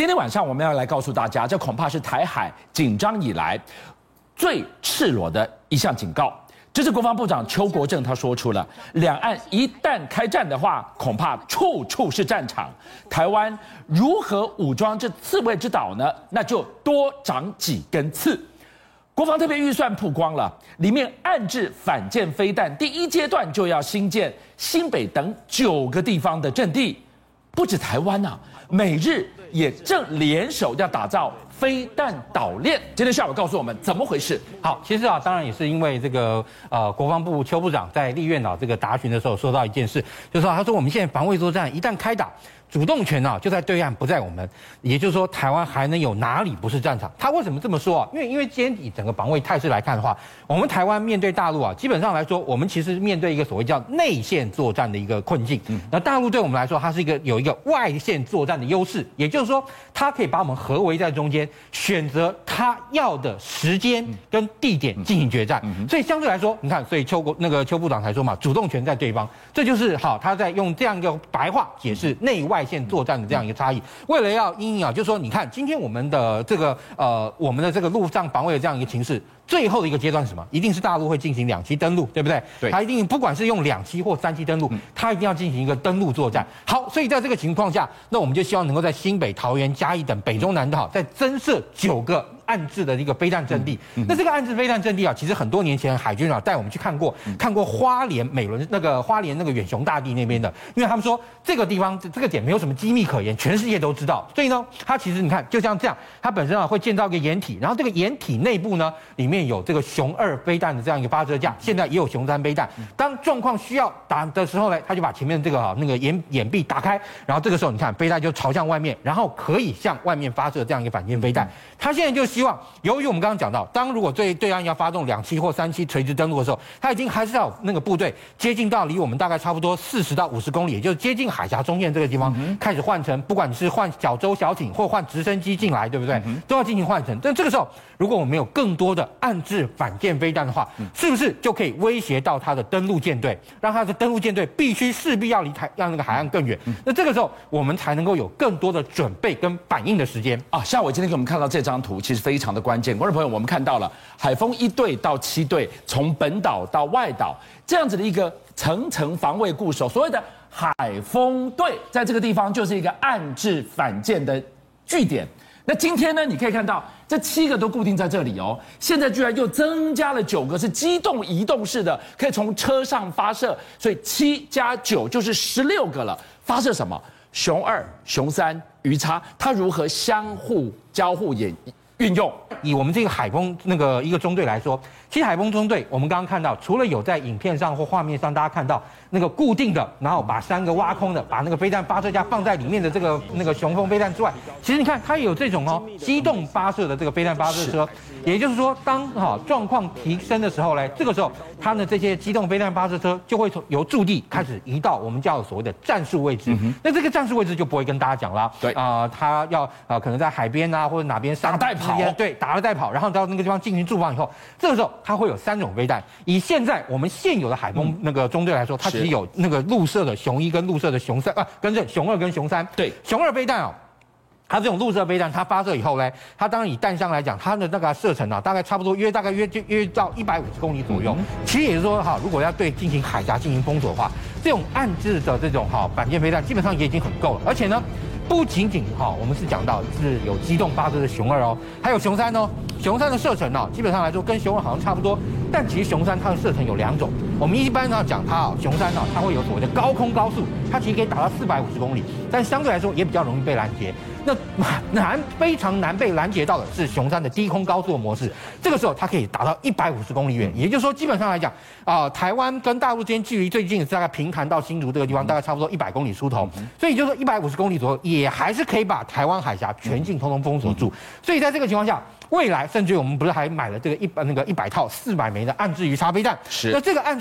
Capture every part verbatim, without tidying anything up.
今天晚上我们要来告诉大家，这恐怕是台海紧张以来最赤裸的一项警告。这是国防部长邱国正他说出了，两岸一旦开战的话，恐怕处处是战场。台湾如何武装这刺猬之岛呢？那就多长几根刺。国防特别预算曝光了，里面暗制反舰飞弹，第一阶段就要新建新北等九个地方的阵地。不止台湾啊，美日也正联手要打造飞弹岛链。今天下午告诉我们怎么回事。 好，其实啊，当然也是因为这个呃，国防部邱部长在立院岛这个答询的时候说到一件事，就是说他说我们现在防卫作战一旦开打，主动权啊就在对岸，不在我们。也就是说，台湾还能有哪里不是战场？他为什么这么说啊？因为因为今天以整个防卫态势来看的话，我们台湾面对大陆啊，基本上来说，我们其实面对一个所谓叫内线作战的一个困境。嗯，那大陆对我们来说，它是一个有一个外线作战的优势，也就是说，它可以把我们合围在中间，选择他要的时间跟地点进行决战。嗯、所以相对来说，你看，所以邱国那个邱部长才说嘛，主动权在对方，这就是好，他在用这样一个白话解释内外线作战的这样一个差异。为了要因应啊，就是说，你看今天我们的这个呃，我们的这个陆上防卫的这样一个情势。最后的一个阶段是什么？一定是大陆会进行两栖登陆，对不对？对，它一定不管是用两栖或三栖登陆，它一定要进行一个登陆作战。好，所以在这个情况下，那我们就希望能够在新北、桃园、嘉义等北中南岛再增设九个暗制的一个飞弹阵地。嗯嗯、那这个暗制飞弹阵地啊，其实很多年前海军啊带我们去看过，嗯、看过花莲美仑那个花莲那个远雄大地那边的，因为他们说这个地方这个点没有什么机密可言，全世界都知道。所以呢，它其实你看就像这样，它本身啊会建造一个掩体，然后这个掩体内部呢里面有这个雄二飞弹的这样一个发射架，现在也有雄三飞弹。当状况需要打的时候呢，他就把前面这个啊那个掩掩蔽打开，然后这个时候你看飞弹就朝向外面，然后可以向外面发射这样一个反舰飞弹。他现在就希望，由于我们刚刚讲到，当如果对对岸要发动两栖或三栖垂直登陆的时候，他已经还是要那个部队接近到离我们大概差不多四十到五十公里，也就是接近海峡中线这个地方，嗯、开始换成，不管你是换小舟小艇或换直升机进来，对不对？嗯、都要进行换成。但这个时候，如果我们有更多的暗制反舰飞弹的话，是不是就可以威胁到他的登陆舰队，让他的登陆舰队必须势必要离台让那个海岸更远？那这个时候我们才能够有更多的准备跟反应的时间啊。像我今天给我们看到这张图，其实非常的关键。观众朋友，我们看到了海锋一队到七队，从本岛到外岛这样子的一个层层防卫固守，所谓的海锋队，在这个地方就是一个暗制反舰的据点。那今天呢，你可以看到这七个都固定在这里哦，现在居然又增加了九个，是机动移动式的，可以从车上发射，所以七加九就是十六个了。发射什么？雄二、雄三、鱼叉，它如何相互交互演运用？ 以我们这个海锋那个一个中队来说，其实海锋中队我们刚刚看到，除了有在影片上或画面上大家看到那个固定的，然后把三个挖空的，把那个飞弹发射架放在里面的这个那个雄风飞弹之外，其实你看它也有这种哦机动发射的这个飞弹发射车，也就是说当哈状况提升的时候呢，这个时候它的这些机动飞弹发射车就会从由驻地开始移到我们叫所谓的战术位置。嗯、那这个战术位置就不会跟大家讲了，对啊、呃，它要啊、呃、可能在海边啊或者哪边打带跑， 对，打了带跑，然后到那个地方进行驻防以后，这个时候它会有三种飞弹。以现在我们现有的海锋那个中队来说，它其实有那个陆射的雄一跟陆射的雄三啊，跟着雄二跟雄三。对，雄二飞弹啊。它这种陆射飞弹，它发射以后呢，它当然以弹箱来讲，它的那个射程啊，大概差不多约大概约约到一百五十公里左右。嗯、其实也就是说，哈，如果要对进行海峡进行封锁的话，这种暗制的这种哈反舰飞弹，基本上也已经很够了。而且呢，不仅仅哈，我们是讲到是有机动发射的雄二哦，还有雄三哦。雄三的射程呢，基本上来说跟雄二好像差不多，但其实雄三它的射程有两种。我们一般呢讲它啊，雄三呢，它会有所谓的高空高速，它其实可以达到四百五十公里，但相对来说也比较容易被拦截。那难非常难被拦截到的是雄三的低空高速的模式，这个时候它可以达到一百五十公里远，也就是说基本上来讲啊、呃，台湾跟大陆之间距离最近是大概平潭到新竹这个地方，大概差不多一百公里出头，所以就是说一百五十公里左右，也还是可以把台湾海峡全境通通封锁住。所以在这个情况下，未来甚至我们不是还买了这个一百那个一百套四百枚的暗制鱼叉飞弹，是那这个暗制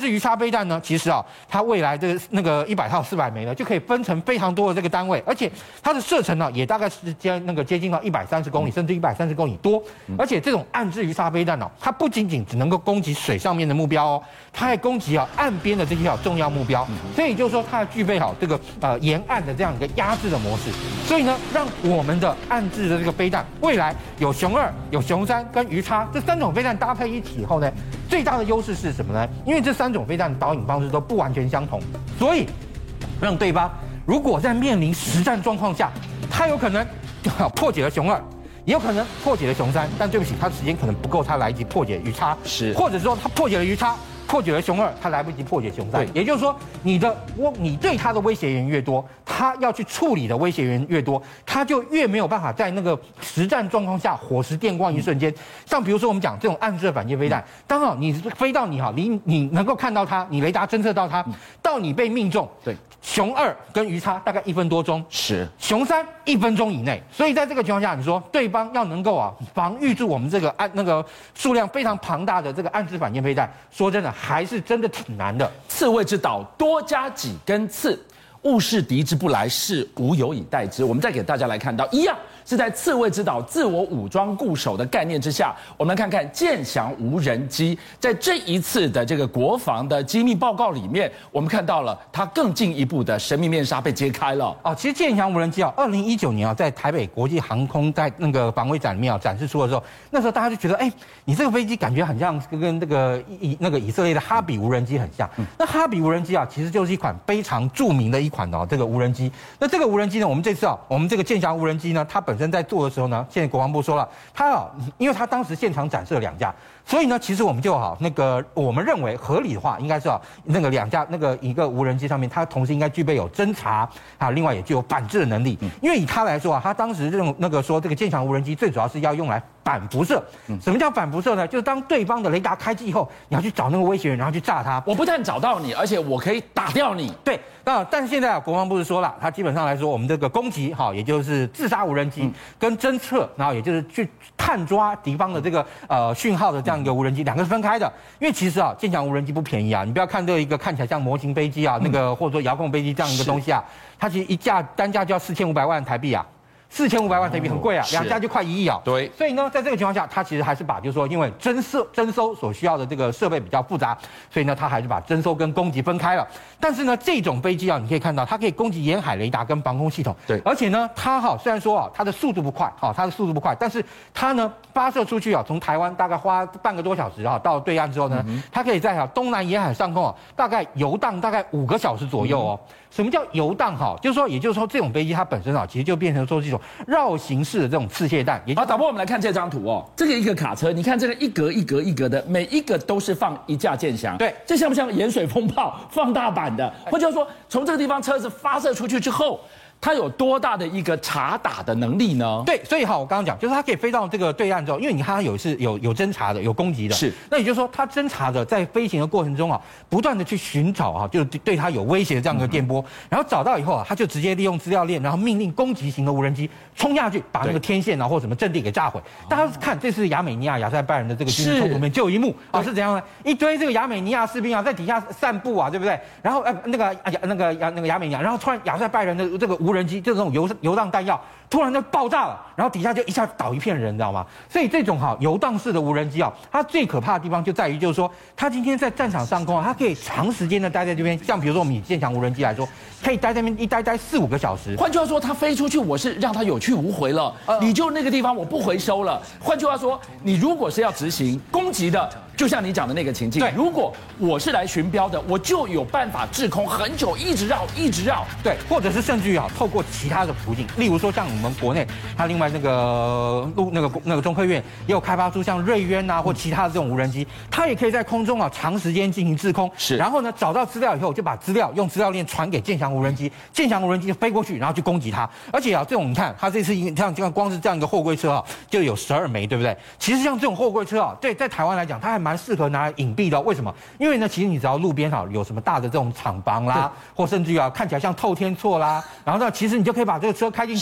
制鱼叉飞弹呢，其实啊，它未来这个那个一百套四百枚呢，就可以分成非常多的这个单位，而且它的射程呢，也大概是接那个接近到一百三十公里，甚至一百三十公里多。而且这种岸制鱼叉飞弹呢，它不仅仅只能够攻击水上面的目标哦，它还攻击啊岸边的这些重要目标。所以就是说，它具备好这个呃沿岸的这样一个压制的模式。所以呢，让我们的岸制的这个飞弹，未来有熊二、有熊三跟鱼叉这三种飞弹搭配一起以后呢，最大的优势是什么呢？因为这三种飞弹的导引方式都不完全相同，所以让对方如果在面临实战状况下，他有可能破解了熊二，也有可能破解了熊三，但对不起，他时间可能不够，他来得及破解鱼叉， 是， 或者说他破解了鱼叉。破解了熊二，他来不及破解熊三，也就是说，你的我你对他的威胁源越多，他要去处理的威胁源越多，他就越没有办法在那个实战状况下火石电光一瞬间。像比如说我们讲这种暗射反舰飞弹，刚好你飞到你好离你能够看到它，你雷达侦测到它，到你被命中， 对， 熊二跟鱼叉大概一分多钟， 是熊三一分钟以内。所以在这个情况下，你说对方要能够啊防御住我们这个暗那个数量非常庞大的这个暗制反舰飞弹，说真的。还是真的挺难的。 刺猬之岛多加几根刺，物是敌之不来，是无有以待之。我们再给大家来看到，一样是在刺猬之岛自我武装固守的概念之下，我们来看看剑翔无人机在这一次的这个国防的机密报告里面，我们看到了它更进一步的神秘面纱被揭开了。 哦，其实剑翔无人机啊，二零一九年啊，在台北国际航空在那个防卫展里面啊展示出的时候，那时候大家就觉得，哎，你这个飞机感觉很像跟那个以那个以色列的哈比无人机很像。嗯、那哈比无人机啊，其实就是一款非常著名的一款哦，这个无人机。那这个无人机呢，我们这次啊，我们这个剑翔无人机呢，它本身在做的时候呢，现在国防部说了，它啊，因为它当时现场展示了两架，所以呢，其实我们就好那个我们认为合理的话，应该是啊，那个两架那个一个无人机上面，它同时应该具备有侦察啊，另外也具有反制的能力。因为以它来说啊，它当时这种那个说这个剑翔无人机最主要是要用来反辐射。什么叫反辐射呢？就是当对方的雷达开机以后，你要去找那个威胁源，然后去炸它。 我不但找到你，而且我可以打掉你。 对，那但是现在啊，国防部是说了，它基本上来说，我们这个攻击哈，也就是自杀无人机跟侦测，然后也就是去探抓敌方的这个呃讯号的这样一个无人机，两个是分开的。因为其实啊，剑翔无人机不便宜啊，你不要看这一个看起来像模型飞机啊，那个或者说遥控飞机这样一个东西啊，它其实一架单价就要四千五百万台币啊。四千五百万台币很贵啊，两家就快一亿啊。 对， 所以呢，在这个情况下，它其实还是把，就是说，因为侦搜侦搜所需要的这个设备比较复杂，所以呢，它还是把侦搜跟攻击分开了。但是呢，这种飞机啊，你可以看到，它可以攻击沿海雷达跟防空系统。 对， 而且呢，它哈虽然说啊，它的速度不快，哈，它的速度不快，但是它呢发射出去啊，从台湾大概花半个多小时啊，到对岸之后呢，嗯、它可以在啊东南沿海上空啊，大概游荡大概五个小时左右哦。嗯什么叫游荡？哈，就是说，也就是说，这种飞机它本身啊，其实就变成说是一种绕行式的这种刺械弹。 好，导播，我们来看这张图哦，这个一个卡车，你看这个一格一格一格的，每一个都是放一架剑翔。 对， 这像不像盐水风炮放大版的？或者说，从这个地方车子发射出去之后，它有多大的一个察打的能力呢？ 对，所以哈，我刚刚讲，就是它可以飞到这个对岸之后，因为你看它有是有有侦察的，有攻击的， 是。 那也就是说，它侦察的在飞行的过程中啊，不断的去寻找啊，就对它有威胁的这样一个电波，嗯、然后找到以后啊，它就直接利用资料链，然后命令攻击型的无人机冲下去，把那个天线啊或什么阵地给炸毁。大家看，这次亚美尼亚亚塞拜然的这个军事冲突里面就有一幕啊，是怎样呢？一堆这个亚美尼亚士兵啊，在底下散步啊，对不对？然后呃那个亚那个亚那个亚美尼亚，然后突然亚塞拜然的这个无人机就这种游游荡弹药突然就爆炸了，然后底下就一下倒一片人，你知道吗？所以这种哈游荡式的无人机啊，它最可怕的地方就在于，就是说它今天在战场上空啊，它可以长时间的待在这边。像比如说我们以剑翔无人机来说，可以待在那边一待待四五个小时。 换句话说，它飞出去，我是让它有去无回了，呃、你就那个地方我不回收了。换句话说，你如果是要执行攻击的，就像你讲的那个情境， 对， 如果我是来寻标的，我就有办法制空很久，一直绕，一直绕， 对，或者是甚至于啊，透过其他的途径，例如说像我们国内，它另外那个陆那个那个中科院也有开发出像瑞渊啊或其他的这种无人机，它也可以在空中啊长时间进行制空， 是， 然后呢找到资料以后，就把资料用资料链传给剑翔无人机，剑翔无人机就飞过去，然后去攻击它。而且啊，这种你看，它这次像这样光是这样一个货柜车啊，就有十二枚，对不对？其实像这种货柜车啊，对，在台湾来讲，它还蛮适合拿来隐蔽的。为什么？因为呢，其实你只要路边哈有什么大的这种厂房啦，或甚至于啊看起来像透天厝啦，然后呢，其实你就可以把这个车开进去，然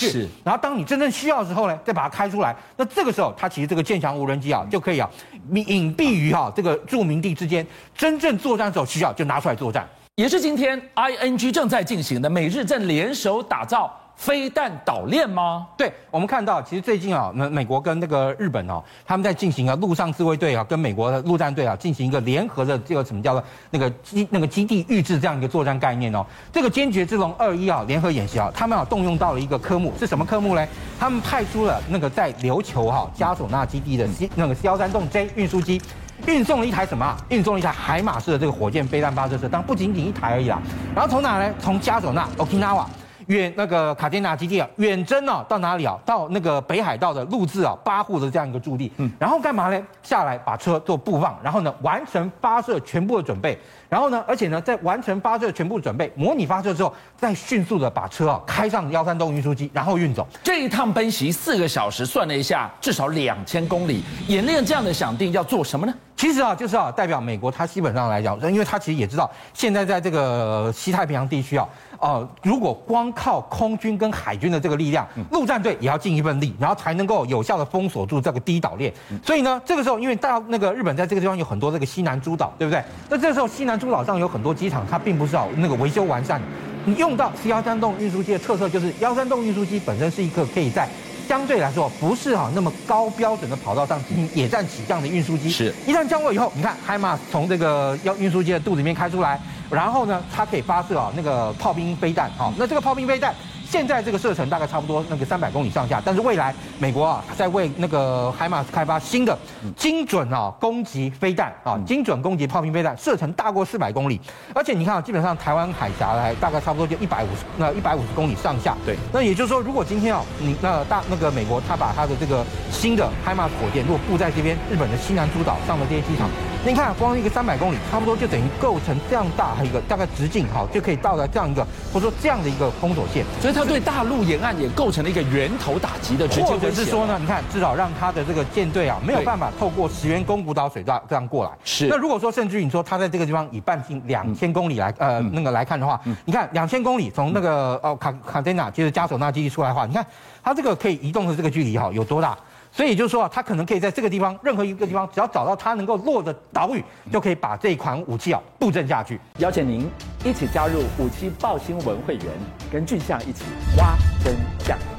然后当你真正需要的时候呢，再把它开出来。那这个时候，它其实这个舰强无人机啊，就可以啊隐蔽于哈这个驻民地之间，真正作战的时候需要就拿出来作战。 也是今天 I N G 正在进行的，美日正联手打造飞弹岛链吗？ 对，我们看到其实最近啊，那美国跟那个日本哦，他们在进行啊陆上自卫队啊跟美国的陆战队啊进行一个联合的这个什么叫做那个基那个基地预制这样一个作战概念哦。这个坚决之龙二一啊联合演习啊，他们啊动用到了一个科目，是什么科目呢？他们派出了那个在琉球哈、啊、加索纳基地的那个 C 一三洞 J 运输机。运送了一台什么、啊？运送了一台海马式的这个火箭飞弹发射车，当然不仅仅一台而已啦。然后从哪呢？从加索纳 Okinawa 远那个卡捷纳基地啊，远征哦、啊，到哪里啊？到那个北海道的陆自啊八户的这样一个驻地。嗯，然后干嘛呢？下来把车做布放，然后呢完成发射全部的准备。然后呢，而且呢，在完成发射全部准备、模拟发射之后，再迅速的把车啊开上幺三洞运输机，然后运走。 这一趟奔袭四个小时，算了一下，至少两千公里。演练这样的想定要做什么呢？ 其实啊，就是啊，代表美国，它基本上来讲，因为它其实也知道，现在在这个西太平洋地区啊，哦、呃，如果光靠空军跟海军的这个力量，陆战队也要尽一份力，然后才能够有效的封锁住这个第一岛链。所以呢，这个时候，因为大那个日本在这个地方有很多这个西南诸岛，对不对？那这个时候西南诸岛上有很多机场，它并不是啊那个维修完善。你用到 C 一三洞运输机的特色就是，幺三洞运输机本身是一个可以在相对来说不是哈那么高标准的跑道上进行野战起降的运输机， 是一旦降落以后，你看海马从这个要运输机的肚子里面开出来，然后呢，它可以发射啊那个炮兵飞弹，好，那这个炮兵飞弹现在这个射程大概差不多那个三百公里上下，但是未来美国啊在为那个海马开发新的精准啊攻击飞弹啊，精准攻击炮兵飞弹，射程大过四百公里，而且你看啊，基本上台湾海峡来大概差不多就一百五十那一百五十公里上下， 对， 那也就是说，如果今天啊你那大那个美国它把它的这个新的海马火箭如果布在这边日本的西南诸岛上的这些机场，你看光一个三百公里，差不多就等于构成这样大一个大概直径好就可以到达这样一个或者说这样的一个封锁线， 所以它对大陆沿岸也构成了一个源头打击的直接威胁， 或者是说呢，你看至少让它的这个舰队啊没有办法透过石垣宫古岛水道这样过来。 是。 那如果说甚至于你说它在这个地方以半径两千公里来呃、嗯、那个来看的话，嗯、你看两千公里从那个哦卡卡捷纳就是加索纳基地出来的话，你看它这个可以移动的这个距离哈有多大？所以也就是说啊，它可能可以在这个地方任何一个地方，只要找到它能够落的岛屿，就可以把这一款武器啊布阵下去。 邀请您一起加入五七爆新闻会员，跟俊相一起挖真相。